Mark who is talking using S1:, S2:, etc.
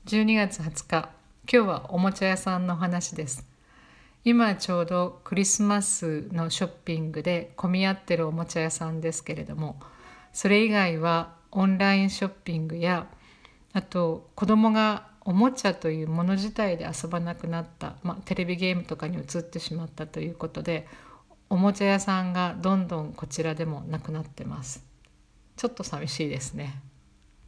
S1: 12月20日、今日はおもちゃ屋さんの話です。今ちょうどクリスマスのショッピングで混み合ってるおもちゃ屋さんですけれども、それ以外はオンラインショッピングや、あと子供がおもちゃというもの自体で遊ばなくなった、テレビゲームとかに移ってしまったということで、おもちゃ屋さんがどんどんこちらでもなくなってます。ちょっと寂しいですね。